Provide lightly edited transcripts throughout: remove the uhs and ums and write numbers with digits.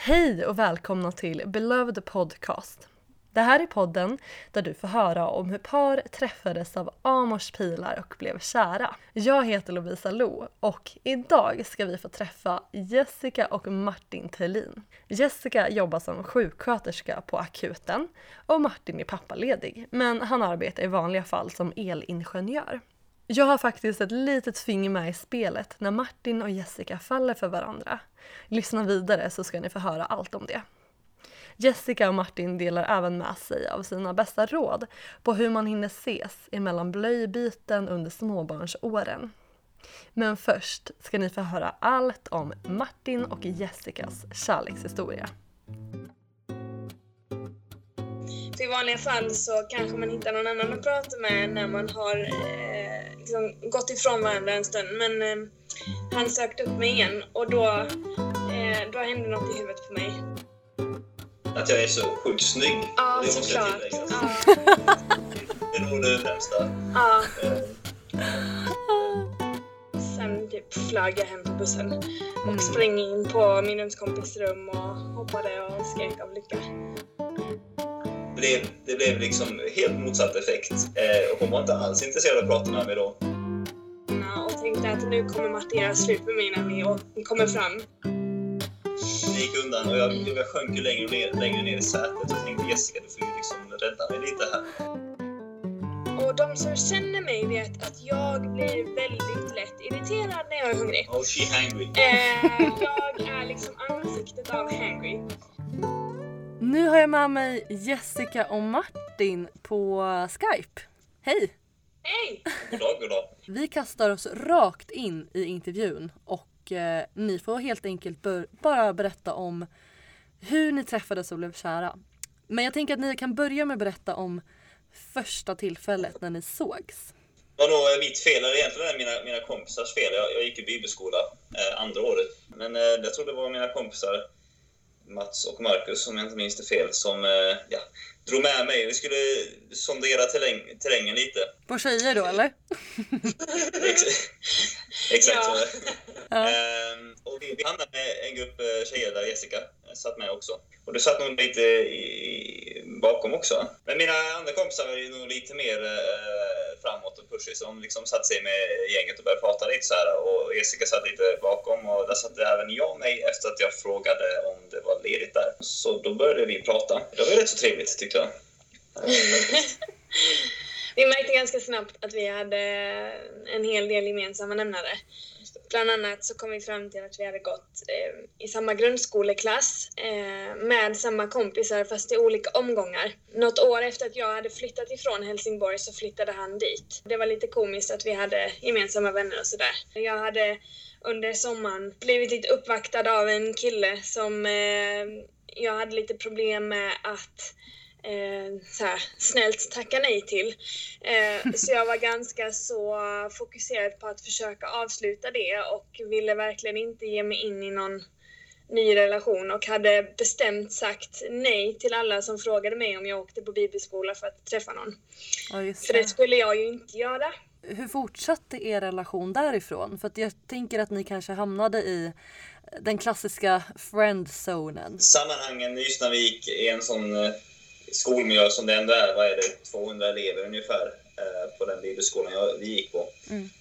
Hej och välkomna till Beloved Podcast. Det här är podden där du får höra om hur par träffades av Amors pilar och blev kära. Jag heter Lovisa Lo och idag ska vi få träffa Jessica och Martin Thelin. Jessica jobbar som sjuksköterska på akuten och Martin är pappaledig, men han arbetar i vanliga fall som elingenjör. Jag har faktiskt ett litet finger med i spelet när Martin och Jessica faller för varandra. Lyssna vidare så ska ni få höra allt om det. Jessica och Martin delar även med sig av sina bästa råd på hur man hinner ses emellan blöjbyten under småbarnsåren. Men först ska ni få höra allt om Martin och Jessicas kärlekshistoria. I vanliga fall så kanske man hittar någon annan att prata med när man har gått ifrån varandra en stund. Men han sökte upp mig igen och då hände något i huvudet på mig. Att jag är så sjukt snygg. Ja, det måste jag såklart. tillägga. Ja. Det är nog det främsta. Ja. Sen typ flög jag hem på bussen och sprang in på min rumskompis rum och hoppade och skrek av lycka. Det blev liksom helt motsatt effekt. Och hon var inte alls intresserad av att prata med mig då. Och tänkte att nu kommer Martin göra slut med mig när vi kommer fram. Det gick undan och jag sjönk ju längre ner i sätet och tänkte Jessica, du får ju liksom rädda mig lite här. Och de som känner mig vet att jag blir väldigt lätt irriterad när jag är hungrig. Oh, she hangry. Jag är liksom ansiktet av hangry. Nu har jag med mig Jessica och Martin på Skype. Hej! Hej! God dag. Vi kastar oss rakt in i intervjun och ni får helt enkelt bara berätta om hur ni träffades och blev kära. Men jag tänker att ni kan börja med att berätta om första tillfället när ni sågs. Det var nog mitt fel, eller egentligen mina kompisars fel. Jag gick i bibelskola andra året. Men jag tror det var mina kompisar Mats och Marcus, som jag inte minns det fel, som drog med mig. Vi skulle sondera terrängen lite. På tjejer då, eller? Exakt så. Ja. Och vi hamnade med en grupp tjejer där Jessica satt med också. Och du satt nog lite bakom också. Men mina andra kompisar var ju nog lite mer framåt och pushy, så de liksom satt sig med gänget och började prata lite så här. Och Jessica satt lite bakom och där satt även jag mig efter att jag frågade om det var ledigt där. Så då började vi prata. Det var rätt så trevligt tyckte jag. Vi märkte ganska snabbt att vi hade en hel del gemensamma nämnare. Bland annat så kom vi fram till att vi hade gått i samma grundskoleklass med samma kompisar fast i olika omgångar. Något år efter att jag hade flyttat ifrån Helsingborg så flyttade han dit. Det var lite komiskt att vi hade gemensamma vänner och sådär. Jag hade under sommaren blivit lite uppvaktad av en kille som jag hade lite problem med att snällt tacka nej till. Så jag var ganska så fokuserad på att försöka avsluta det och ville verkligen inte ge mig in i någon ny relation och hade bestämt sagt nej till alla som frågade mig om jag åkte på bibelskola för att träffa någon. Ja, just det. För det skulle jag ju inte göra. Hur fortsatte er relation därifrån? För att jag tänker att ni kanske hamnade i den klassiska friendzonen. Sammanhangen just när vi gick i en sån skolmiljö som det ändå är, vad är det, 200 elever ungefär på den bibelskolan vi gick på.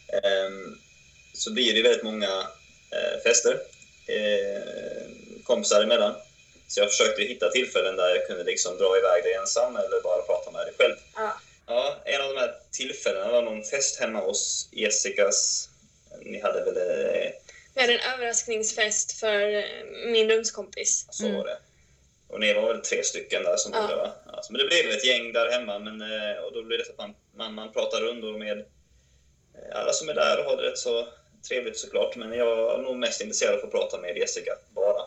Så blir det väldigt många fester kompisar emellan. Så jag försökte hitta tillfällen där jag kunde liksom dra iväg dig ensam eller bara prata med dig själv. Ja, en av de här tillfällena var någon fest hemma hos Jessicas. Ni hade väl Vi hade en överraskningsfest för min rumskompis. Så var det. Och ni var väl 3 stycken där som bodde, va? Alltså, men det blev ett gäng där hemma. Och då blev det så att man pratar rundor med alla som är där och har det rätt så trevligt såklart. Men jag var nog mest intresserad av att få prata med Jessica bara.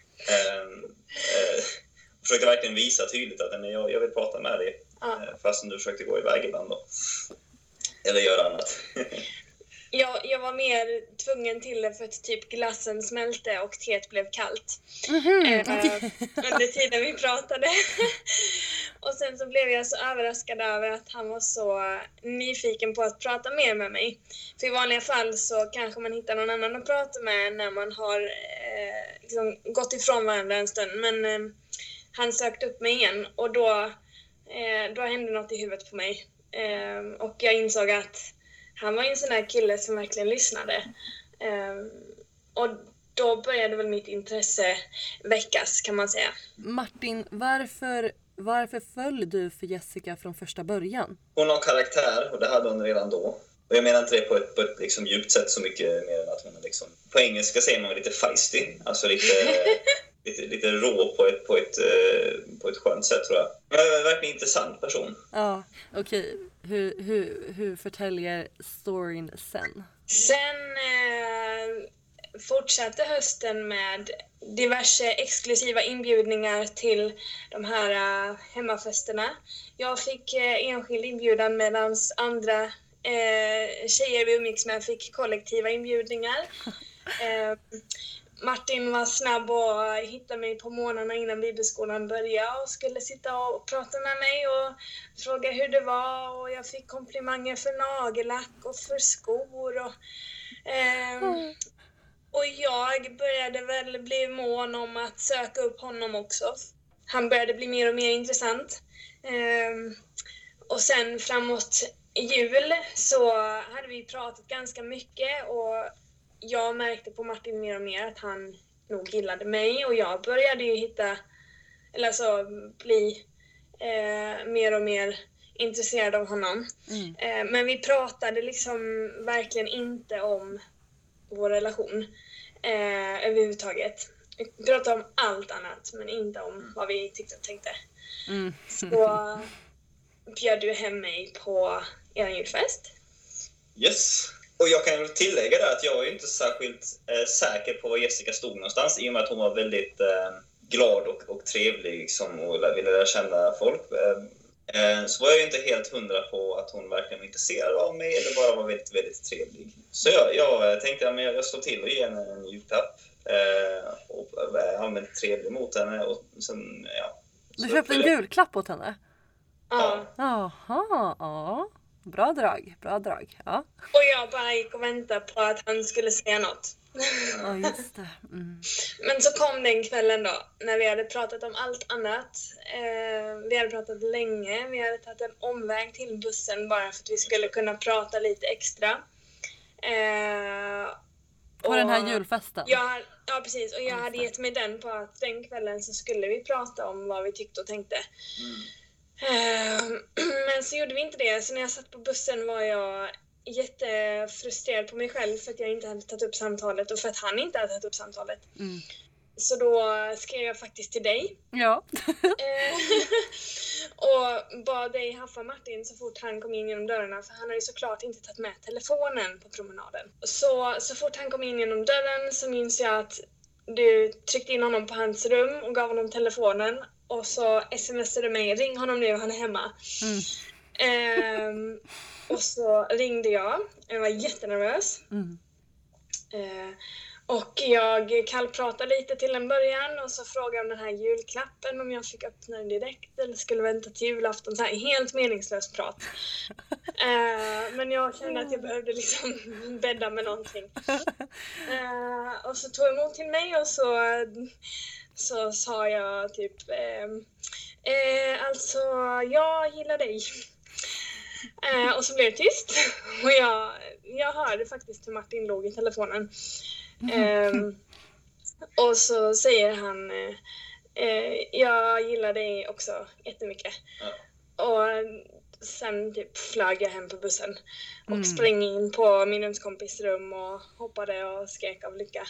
Försökte verkligen visa tydligt att jag vill prata med dig. Fast du försökte gå iväg ibland då. Eller göra annat. Jag var mer tvungen till det för att typ glassen smälte och teet blev kallt. Under tiden vi pratade. Och sen så blev jag så överraskad över att han var så nyfiken på att prata mer med mig. För i vanliga fall så kanske man hittar någon annan att prata med när man har liksom gått ifrån varandra en stund. Men han sökte upp mig igen och då hände något i huvudet på mig. Och jag insåg att han var en sån här kille som verkligen lyssnade. Och då började väl mitt intresse väckas, kan man säga. Martin, varför föll du för Jessica från första början? Hon har karaktär och det hade hon redan då. Och jag menar inte det på ett liksom djupt sätt så mycket mer än att hon är liksom... På engelska säger man lite feisty. Alltså lite rå på ett skönt sätt, tror jag. Men jag är en verkligen intressant person. Ja, okej. Hur förtäljer storyn sen? Sen fortsatte hösten med diverse exklusiva inbjudningar till de här hemmafesterna. Jag fick enskild inbjudan medan andra tjejer vi umgicks med fick kollektiva inbjudningar. Martin var snabb och hittade mig på morgnarna innan bibelskolan började och skulle sitta och prata med mig och fråga hur det var. Och jag fick komplimanger för nagellack och för skor. Och jag började väl bli mån om att söka upp honom också. Han började bli mer och mer intressant. Och sen framåt jul så hade vi pratat ganska mycket och jag märkte på Martin mer och mer att han nog gillade mig och jag började ju bli mer och mer intresserad av honom. Men vi pratade liksom verkligen inte om vår relation överhuvudtaget. Vi pratade om allt annat men inte om vad vi tyckte och tänkte. Så bjöd du hem mig på er julfest. Yes. Och jag kan tillägga det att jag är inte särskilt säker på var Jessica stod någonstans i och med att hon var väldigt glad och trevlig liksom, och ville lära känna folk. Så var jag inte helt 100 på att hon verkligen var intresserad av mig eller bara var väldigt, väldigt trevlig. Så jag tänkte att jag slår till och ger henne en julklapp och var allmänt trevlig mot henne. Och sen, ja. Du köpte en julklapp åt henne? Ja. Jaha, ja. Bra drag. Ja. Och jag bara gick och väntade på att han skulle säga något. Ja, just det. Men så kom den kvällen då, när vi hade pratat om allt annat. Vi hade pratat länge, vi hade tagit en omväg till bussen bara för att vi skulle kunna prata lite extra. På den här julfesten? Ja, precis. Och jag hade gett mig den på att den kvällen så skulle vi prata om vad vi tyckte och tänkte. Men så gjorde vi inte det. Så när jag satt på bussen var jag jättefrustrerad på mig själv för att jag inte hade tagit upp samtalet och för att han inte hade tagit upp samtalet. Så då skrev jag faktiskt till dig. Ja. Och bad dig haffa Martin så fort han kom in genom dörrarna, för han hade ju såklart inte tagit med telefonen på promenaden. Så fort han kom in genom dörren så minns jag att du tryckte in honom på hans rum och gav honom telefonen. Och så smsade mig, ring honom nu, han är hemma. Och så ringde jag var jättenervös. Och jag kallpratade lite till en början och så frågade jag om den här julklappen, om jag fick öppna den direkt eller skulle vänta till julafton. Så här, helt meningslöst prat. Men jag kände att jag behövde liksom bädda med någonting. Och så tog jag emot till mig och så sa jag typ alltså jag gillar dig. Och så blev det tyst och jag hörde faktiskt hur Martin låg i telefonen. Och så säger han jag gillar dig också jättemycket. Och sen typ flög jag hem på bussen och sprang in på min rumskompis rum och hoppade och skrek av lycka.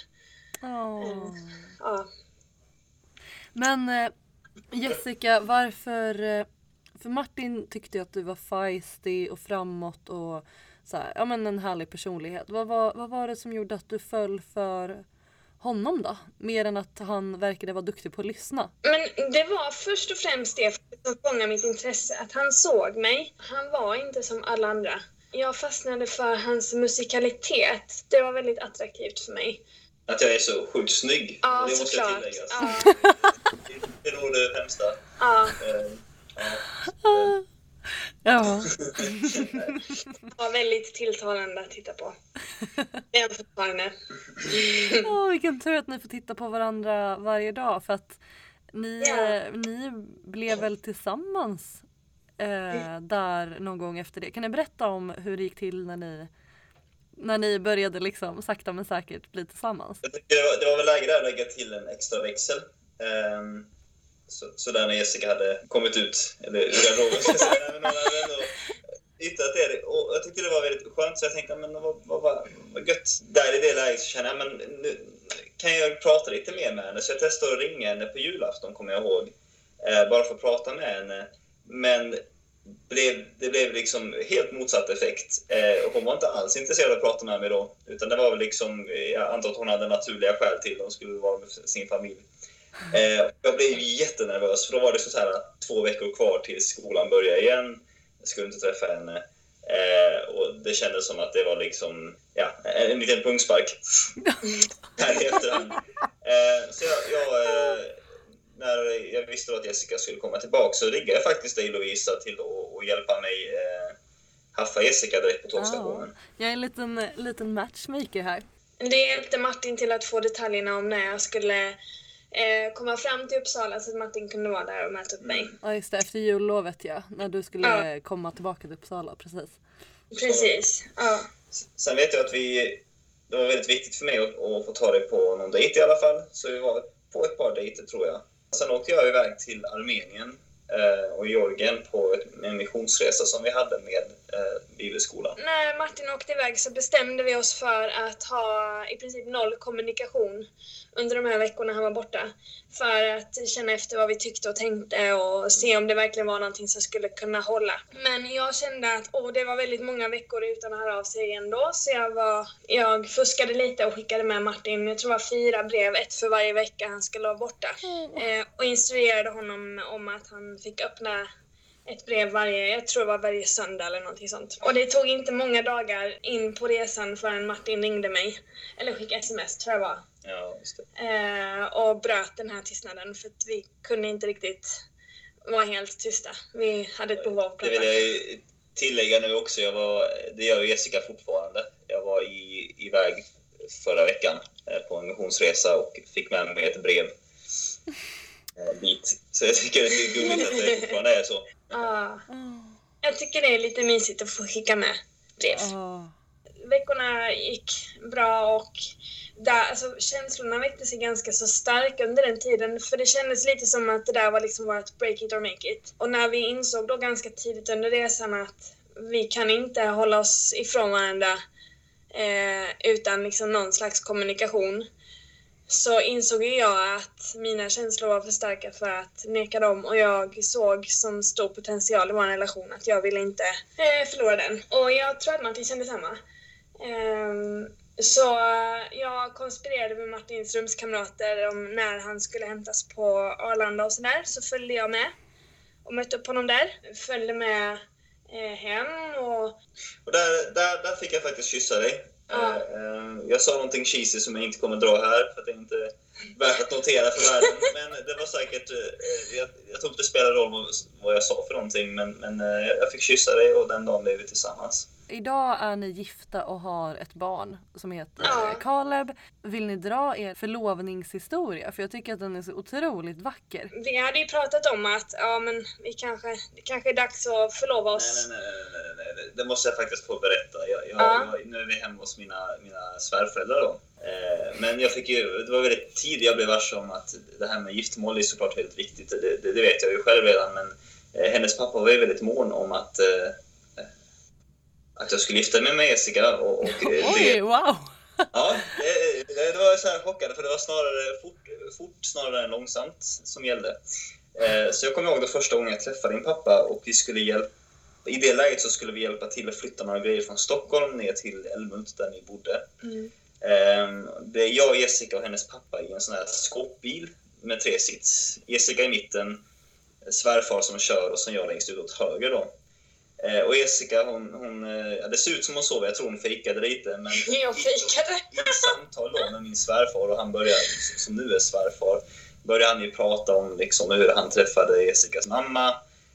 Ja. Men Jessica, varför... För Martin tyckte ju att du var feisty och framåt och så här, ja men en härlig personlighet. Vad var det som gjorde att du föll för honom då? Mer än att han verkade vara duktig på att lyssna. Men det var först och främst det som fångade mitt intresse. Att han såg mig. Han var inte som alla andra. Jag fastnade för hans musikalitet. Det var väldigt attraktivt för mig. Att jag är så sjukt snygg. Ja, det måste jag såklart. tillägga. Det är nog det främsta. Ja. Ja. Det var väldigt tilltalande att titta på. Det är fortfarande. Vilken tur att ni får titta på varandra varje dag. För att ni blev väl tillsammans där någon gång efter det. Kan ni berätta om hur det gick till när ni började liksom sakta men säkert bli tillsammans? Jag tycker det var väl läge där att lägga till en extra växel. Så där när Jessica hade kommit ut, eller ur garderoben, ska jag säga, någon hade ändå yttrat det. Och jag tyckte det var väldigt skönt, så jag tänkte, men vad gött. Där i det läget så kände jag, men nu kan jag prata lite mer med henne. Så jag testade att ringa henne på julafton, kommer jag ihåg. Bara för att prata med henne. Men det blev liksom helt motsatt effekt. Hon var inte alls intresserad av att prata med mig då. Utan det var väl liksom, jag antar att hon hade naturliga skäl till att hon skulle vara med sin familj. Jag blev jättenervös, för då var det så här 2 veckor kvar till skolan började igen. Jag skulle inte träffa henne. Och det kändes som att det var liksom en liten pungspark här i efterhand. Så när jag visste att Jessica skulle komma tillbaka, så riggade jag faktiskt dig, Lovisa, till att hjälpa mig haffa Jessica direkt på tågstationen. Jag är en liten matchmaker här. Det hjälpte Martin till att få detaljerna om när jag skulle komma fram till Uppsala, så att Martin kunde vara där och möta upp mig. Ja, just det, efter jullovet, när du skulle komma tillbaka till Uppsala, precis. Ja. Sen vet jag att det var väldigt viktigt för mig att få ta dig på någon dejt i alla fall. Så vi var på ett par dejter, tror jag. Sen åkte jag iväg till Armenien och Georgien på en missionsresa som vi hade med bibelskolan. När Martin åkte iväg så bestämde vi oss för att ha i princip 0 kommunikation under de här veckorna han var borta. För att känna efter vad vi tyckte och tänkte och se om det verkligen var någonting som skulle kunna hålla. Men jag kände att det var väldigt många veckor utan att höra av sig ändå. Så jag fuskade lite och skickade med Martin, jag tror det var 4 brev, 1 för varje vecka han skulle vara borta. Och instruerade honom om att han fick öppna ett brev varje söndag eller någonting sånt. Och det tog inte många dagar in på resan förrän Martin ringde mig. Eller skickade sms, tror jag var. Ja, just det. Och bröt den här tystnaden, för att vi kunde inte riktigt vara helt tysta. Vi hade ett behov av att prata. Det vill jag tillägga nu också. Det gör Jessica fortfarande. Jag var iväg förra veckan på en missionsresa och fick med mig ett brev dit. Så jag tycker det är gulligt att det fortfarande är så. Jag tycker det är lite mysigt att få skicka med brev. Veckorna gick bra och känslorna väckte sig ganska så starkt under den tiden. För det kändes lite som att det där var liksom vårt break it or make it. Och när vi insåg då ganska tidigt under resan att vi kan inte hålla oss ifrån varandra utan liksom någon slags kommunikation, så insåg jag att mina känslor var för starka för att neka dem, och jag såg som stor potential i vår relation att jag ville inte förlora den. Och jag tror att Martin kände samma. Så jag konspirerade med Martins rumskamrater om när han skulle hämtas på Arlanda och sådär. Så följde jag med och mötte upp honom där. Följde med hem och där fick jag faktiskt kyssa dig. Jag sa någonting cheesy som jag inte kommer dra här, för att det är inte värt att notera för världen. Men det var säkert, jag tror inte det spelar roll vad jag sa för någonting, men jag fick kyssa dig och den dagen blev vi tillsammans. Idag är ni gifta och har ett barn som heter Caleb. Vill ni dra er förlovningshistoria? För jag tycker att den är så otroligt vacker. Vi hade ju pratat om att det kanske är dags att förlova oss. Nej. Det måste jag faktiskt få berätta. Nu är vi hemma hos mina svärföräldrar då. Men det var väldigt tidigt jag blev varse om att det här med giftermål är såklart väldigt viktigt. Det vet jag ju själv redan, men hennes pappa var ju väldigt mån om att jag skulle gifta mig med Jessica. Oj, wow! Ja, det var så här chockande, för det var snarare fort snarare än långsamt som gällde. Så jag kommer ihåg det första gången jag träffade din pappa, och vi skulle i det läget så skulle vi hjälpa till att flytta några grejer från Stockholm ner till Älmhult där ni bodde. Det är jag, Jessica och hennes pappa i en sån här skåpbil med 3 sits. Jessica i mitten, svärfar som kör och sen jag längst ut åt höger då. Och Jessica, det ser ut som hon sov. Jag tror hon fejkade lite. Men jag fejkade. I samtal då med min svärfar, och han började, som nu är svärfar, började han ju prata om liksom hur han träffade Jessicas mamma.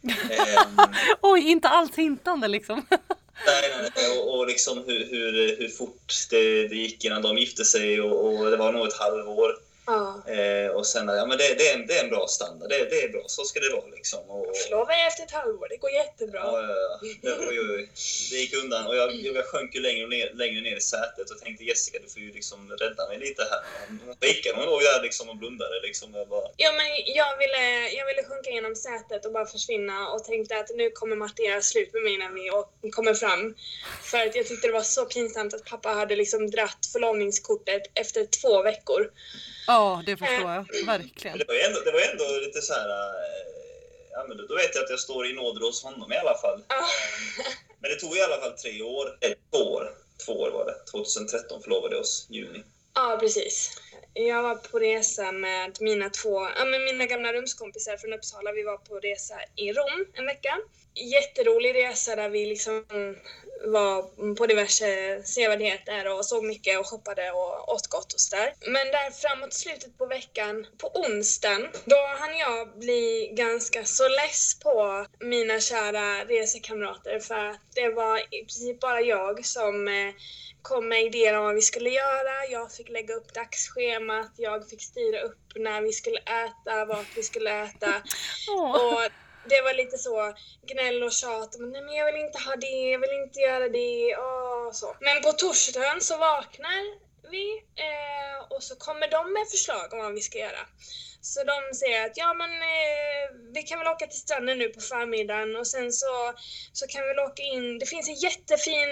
Oj, inte alls hintande liksom. Nej, och liksom hur fort det gick innan de gifte sig och det var nog ett halvår. Och sen, ja men det är en bra standard, det är bra, så ska det vara liksom. Förlova efter ett halvår, det går jättebra. Ja. Det gick undan och jag sjönk ju längre ner i sätet och tänkte Jessica, du får ju liksom rädda mig lite här. Hon låg där liksom och blundade liksom. Ja men jag ville sjunka genom sätet och bara försvinna och tänkte att nu kommer Martin göra slut med mig när vi kommer fram. För att jag tyckte det var så pinsamt att pappa hade liksom dratt förlovningskortet efter 2 veckor. Ja, det förstår jag. Verkligen. Det var ändå lite så här... Ja, men då vet jag att jag står i nåd hos honom i alla fall. Men det tog i alla fall 3 år. 2 år var det. 2013 förlovade oss, juni. Ja, precis. Jag var på resa med mina gamla rumskompisar från Uppsala. Vi var på resa i Rom en vecka. Jätterolig resa där vi liksom var på diverse sevärdheter och såg mycket och shoppade och åt gott och sådär. Men där framåt slutet på veckan, på onsdagen, då hann jag bli ganska så less på mina kära resekamrater för att det var i princip bara jag som kom med idéer om vad vi skulle göra. Jag fick lägga upp dagsschemat, jag fick styra upp när vi skulle äta, vart vi skulle äta. Och det var lite så gnäll och tjat. Nej, men jag vill inte ha det, jag vill inte göra det. Så. Men på torsdagen så vaknar vi och så kommer de med förslag om vad vi ska göra. Så de säger att vi kan väl åka till stranden nu på förmiddagen och sen så kan vi väl åka in. Det finns en jättefin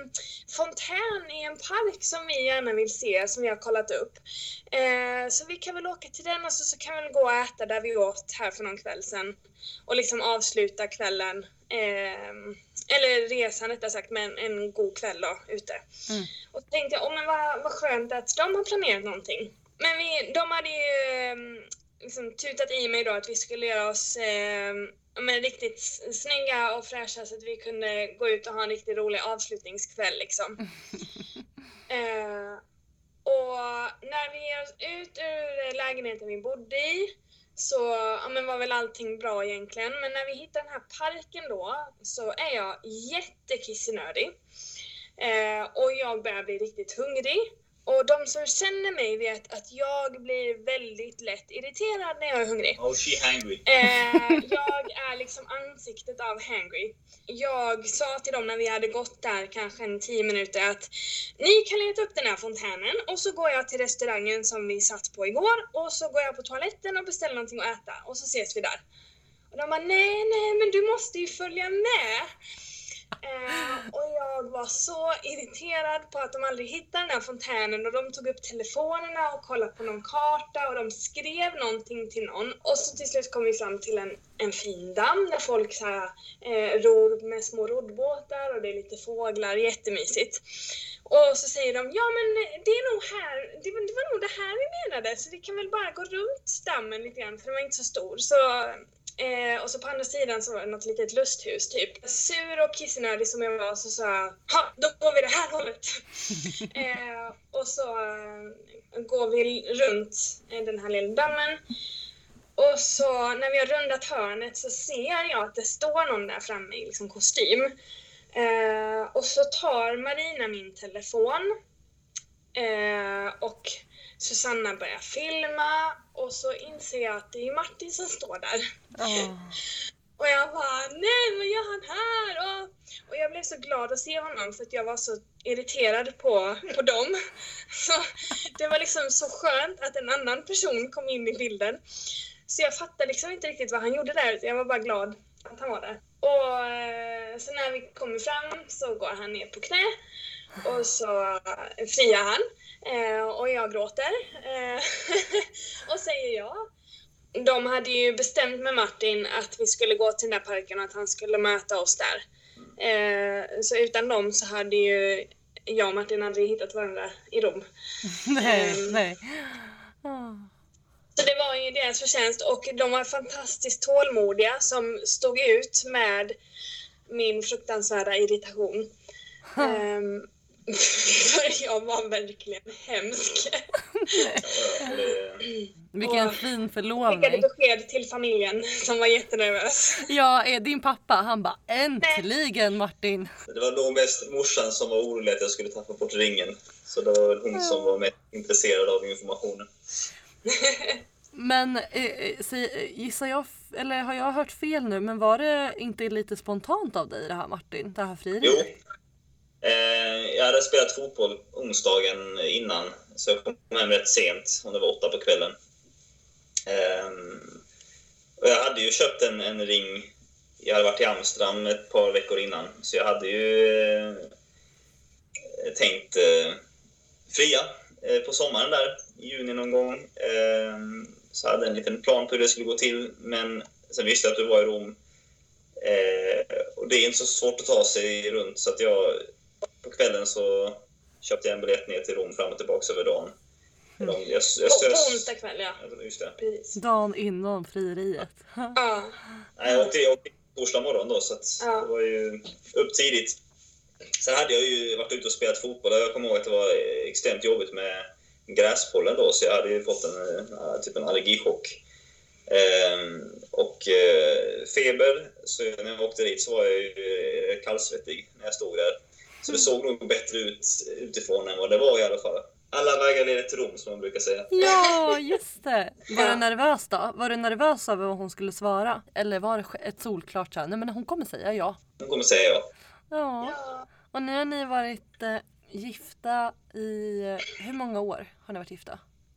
fontän i en park som vi gärna vill se, som vi har kollat upp. Så vi kan väl åka till den och så kan vi väl gå och äta där vi åt här för någon kväll sen. Och liksom avsluta kvällen, eller resan rättare sagt, med en god kväll då ute. Och så tänkte jag, men vad skönt att de har planerat någonting. Men de hade ju liksom tutat i mig då att vi skulle göra oss riktigt snygga och fräscha så att vi kunde gå ut och ha en riktigt rolig avslutningskväll liksom. Och när vi ger oss ut ur lägenheten vi bodde i så var väl allting bra egentligen. Men när vi hittar den här parken då så är jag jättekissenödig. Och jag börjar bli riktigt hungrig. Och de som känner mig vet att jag blir väldigt lätt irriterad när jag är hungrig. Oh, she hungry. Jag är liksom ansiktet av hangry. Jag sa till dem när vi hade gått där kanske 10 minuter att ni kan leta upp den här fontänen och så går jag till restaurangen som vi satt på igår och så går jag på toaletten och beställer någonting att äta och så ses vi där. Och de bara, nej, men du måste ju följa med. Och jag var så irriterad på att de aldrig hittade den här fontänen och de tog upp telefonerna och kollade på någon karta och de skrev någonting till någon och så till slut kom vi fram till en fin damm där folk så här, ror med små roddbåtar och det är lite fåglar, jättemysigt. Och så säger de, ja men det är nog här, det var nog det här vi menade så vi kan väl bara gå runt dammen lite grann för den var inte så stor. Och så på andra sidan så var det något litet lusthus typ. Sur och kissnödig som jag var så sa jag, då går vi det här hållet. Och så går vi runt den här lilla dammen. Och så när vi har rundat hörnet så ser jag att det står någon där framme i liksom kostym. Och så tar Marina min telefon och Susanna börjar filma och så inser jag att det är Martin som står där. Och jag bara, nej men jag är han här. Och jag blev så glad att se honom för att jag var så irriterad på dem. Så det var liksom så skönt att en annan person kom in i bilden. Så jag fattade liksom inte riktigt vad han gjorde där. Jag var bara glad att han var där. Och så när vi kommer fram så går han ner på knä. Och så friar han. Och jag gråter. Och säger ja. De hade ju bestämt med Martin att vi skulle gå till den där parken och att han skulle möta oss där. Så utan dem så hade ju jag och Martin aldrig hittat varandra i Rom. Nej. Så det var ju deras förtjänst och de var fantastiskt tålmodiga som stod ut med min fruktansvärda irritation. För jag var verkligen hemsk. Vilken fin förlovning. Skickade besked till familjen som var jättenervös. Ja, är din pappa, han bara äntligen Martin. Det var nog mest morsan som var orolig att jag skulle tappa bort ringen. Så det var hon som var mest intresserad av informationen. Men gissar jag, eller har jag hört fel nu, men var det inte lite spontant av dig det här Martin, det här frieriet? Jo. Jag hade spelat fotboll onsdagen innan, så jag kom hem rätt sent, om det var 8 på kvällen. Och jag hade ju köpt en ring. Jag hade varit i Amsterdam ett par veckor innan, så jag hade ju tänkt fria på sommaren där, i juni någon gång. Så hade en liten plan på hur det skulle gå till, men sen visste jag att du var i Rom. Och det är inte så svårt att ta sig runt, så att jag på kvällen så köpte jag en biljett ner till Rom fram och tillbaka över dagen. På onsdag kväll, ja. Just det. Precis. Dagen innan frieriet. Ja. Nej, jag åkte torsdag morgon då, så att det var ju upp tidigt. Sen hade jag ju varit ute och spelat fotboll. Jag kommer ihåg att det var extremt jobbigt med gräspollen då, så jag hade ju fått en allergichock. Och feber, så när jag åkte dit så var jag ju kallsvettig när jag stod där. Så det såg nog bättre ut utifrån än vad det var i alla fall. Alla vägar leder till Rom, som man brukar säga. Ja, just det. Var du nervös då? Var du nervös över vad hon skulle svara? Eller var det ett solklart så här, nej men hon kommer säga ja? Hon kommer säga ja. Ja. Och nu har ni varit gifta i... Hur många år har ni varit gifta?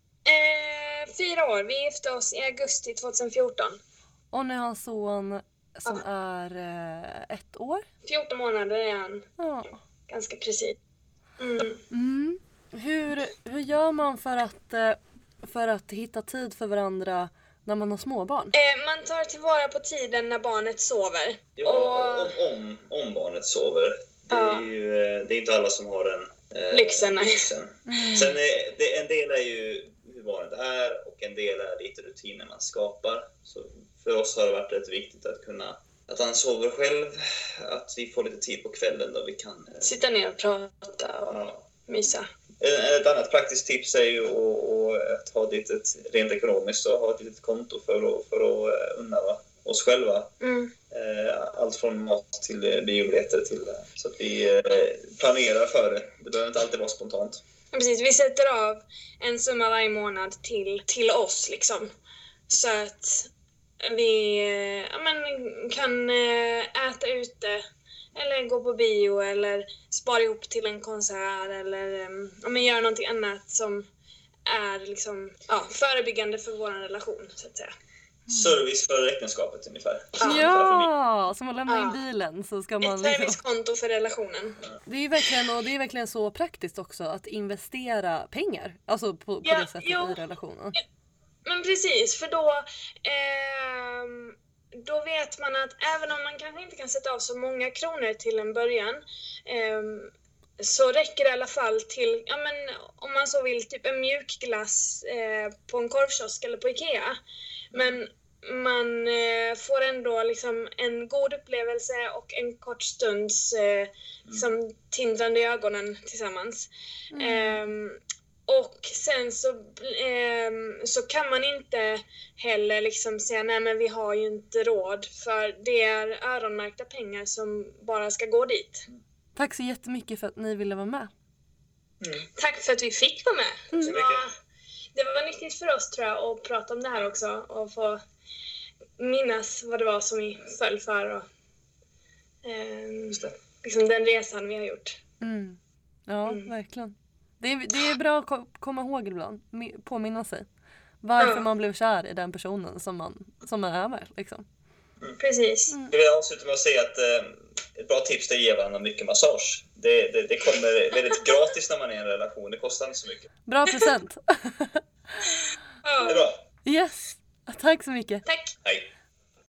4 år. Vi gifte oss i augusti 2014. Och ni har en son som är 1 år? 14 månader är han. Ja. Ganska precis. Hur gör man för att hitta tid för varandra när man har småbarn? Man tar tillvara på tiden när barnet sover. Ja, om barnet sover. Det är inte alla som har den lyxen. Sen en del är ju hur barnet är, och en del är lite rutiner man skapar. Så för oss har det varit rätt viktigt att han sover själv, att vi får lite tid på kvällen då vi kan sitta ner och prata och mysa. Ett annat praktiskt tips är ju att ha ett rent ekonomiskt och ha ett litet konto för att unna oss själva. Allt från mat till biobiljetter till, så att vi planerar för det. Det behöver inte alltid vara spontant. Precis, vi sätter av en summa varje månad till oss liksom. Så att vi kan äta ute eller gå på bio eller spara ihop till en konsert eller göra någonting annat som är liksom, förebyggande för vår relation så att säga. Service för äktenskapet ungefär. Ja, som att lämna in bilen så ska man... Ett servicekonto för relationen. Det är verkligen så praktiskt också att investera pengar. Alltså på det sättet i relationen. Ja, men precis, för då vet man att även om man kanske inte kan sätta av så många kronor till en början, så räcker det i alla fall till, om man så vill, typ en mjukglass på en korvkiosk eller på Ikea. Men man får ändå liksom en god upplevelse och en kort stunds liksom tindrande i ögonen tillsammans. Och sen så kan man inte heller liksom säga nej men vi har ju inte råd, för det är öronmärkta pengar som bara ska gå dit. Tack så jättemycket för att ni ville vara med. Tack för att vi fick vara med. Det var nyttigt för oss tror jag att prata om det här också och få minnas vad det var som vi föll för och liksom den resan vi har gjort. Ja, verkligen. Det är bra att komma ihåg ibland, påminna sig varför man blev kär i den personen som man är med liksom. Precis. Jag vill avsluta med att säga att ett bra tips är att ge varandra mycket massage. Det kommer väldigt gratis när man är i en relation. Det kostar inte så mycket. Bra present. Det är bra. Yes. Tack så mycket. Tack.